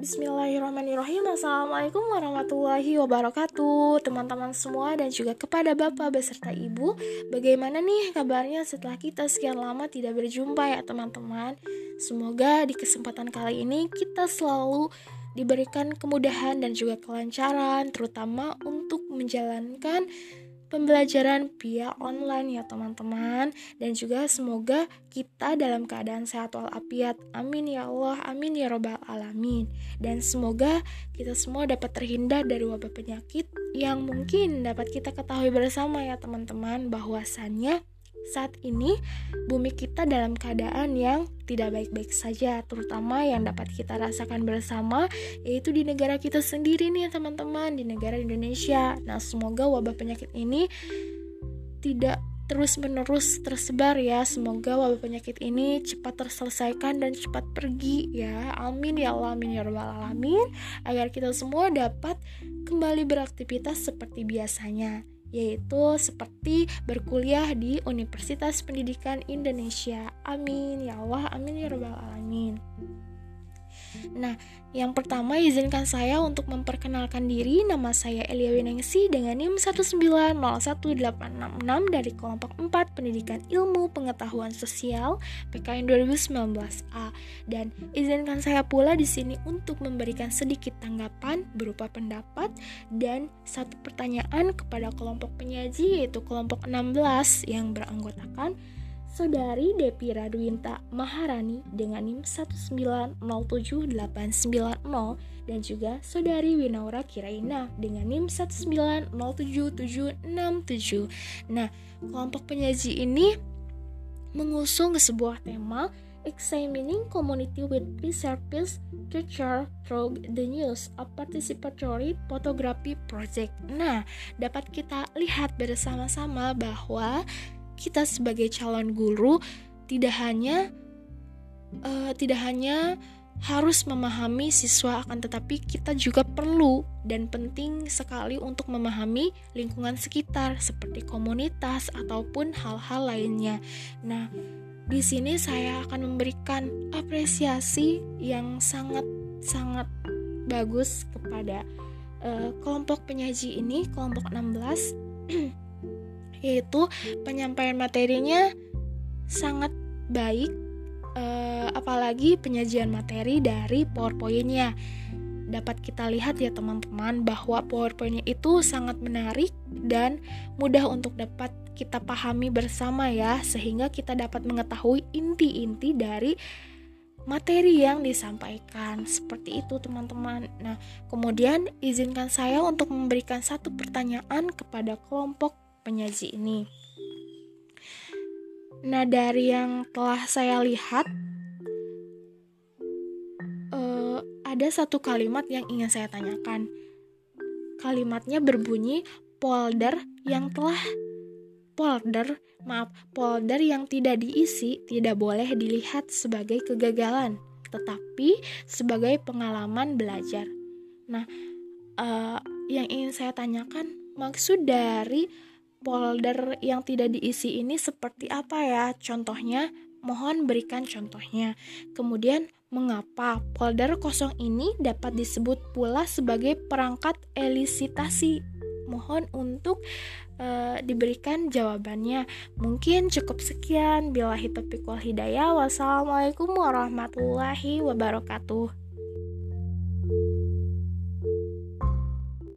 Bismillahirrahmanirrahim. Assalamualaikum warahmatullahi wabarakatuh, teman-teman semua dan juga kepada Bapak beserta Ibu. Bagaimana nih kabarnya setelah kita sekian lama tidak berjumpa ya teman-teman? Semoga di kesempatan kali ini kita selalu diberikan kemudahan dan juga kelancaran, terutama untuk menjalankan pembelajaran via online ya teman-teman. Dan juga semoga kita dalam keadaan sehat walafiat. Amin ya Allah, amin ya Rabbal alamin. Dan semoga kita semua dapat terhindar dari wabah penyakit yang mungkin dapat kita ketahui bersama ya teman-teman, bahwasannya saat ini bumi kita dalam keadaan yang tidak baik-baik saja, terutama yang dapat kita rasakan bersama yaitu di negara kita sendiri nih teman-teman, di negara Indonesia. Nah, semoga wabah penyakit ini tidak terus-menerus tersebar ya. Semoga wabah penyakit ini cepat terselesaikan dan cepat pergi ya. Amin ya Allah, amin ya Rabbal alamin. Agar kita semua dapat kembali beraktivitas seperti biasanya, yaitu seperti berkuliah di Universitas Pendidikan Indonesia. Amin ya Allah, amin ya Rabbal alamin. Nah, yang pertama izinkan saya untuk memperkenalkan diri. Nama saya Elia Winengsi dengan NIM 1901866 dari kelompok 4 Pendidikan Ilmu Pengetahuan Sosial PKN 2019A. Dan izinkan saya pula di sini untuk memberikan sedikit tanggapan berupa pendapat dan satu pertanyaan kepada kelompok penyaji, yaitu kelompok 16 yang beranggotakan Saudari Depi Radwinta Maharani dengan NIM 1907890 dan juga Saudari Winaura Kiraina dengan NIM 1907767. Nah, kelompok penyaji ini mengusung sebuah tema Examining Community with Research Culture Through the News, a Participatory Photography Project. Nah, dapat kita lihat bersama-sama bahwa kita sebagai calon guru tidak hanya harus memahami siswa, akan tetapi kita juga perlu dan penting sekali untuk memahami lingkungan sekitar seperti komunitas ataupun hal-hal lainnya. Nah, di sini saya akan memberikan apresiasi yang sangat bagus kepada kelompok penyaji ini, kelompok 16 yaitu penyampaian materinya sangat baik, apalagi penyajian materi dari PowerPoint-nya. Dapat kita lihat ya teman-teman bahwa PowerPoint-nya itu sangat menarik dan mudah untuk dapat kita pahami bersama ya, sehingga kita dapat mengetahui inti-inti dari materi yang disampaikan. Seperti itu teman-teman. Nah, kemudian izinkan saya untuk memberikan satu pertanyaan kepada kelompok penyaji ini. Nah, dari yang telah saya lihat, ada satu kalimat yang ingin saya tanyakan. Kalimatnya berbunyi, polder yang tidak diisi tidak boleh dilihat sebagai kegagalan, tetapi sebagai pengalaman belajar. Nah, yang ingin saya tanyakan, maksud dari polder yang tidak diisi ini seperti apa ya? Contohnya, mohon berikan contohnya. Kemudian, mengapa polder kosong ini dapat disebut pula sebagai perangkat elisitasi? Mohon untuk diberikan jawabannya. Mungkin cukup sekian. Billahi taufiq wal hidayah. Wassalamualaikum warahmatullahi wabarakatuh.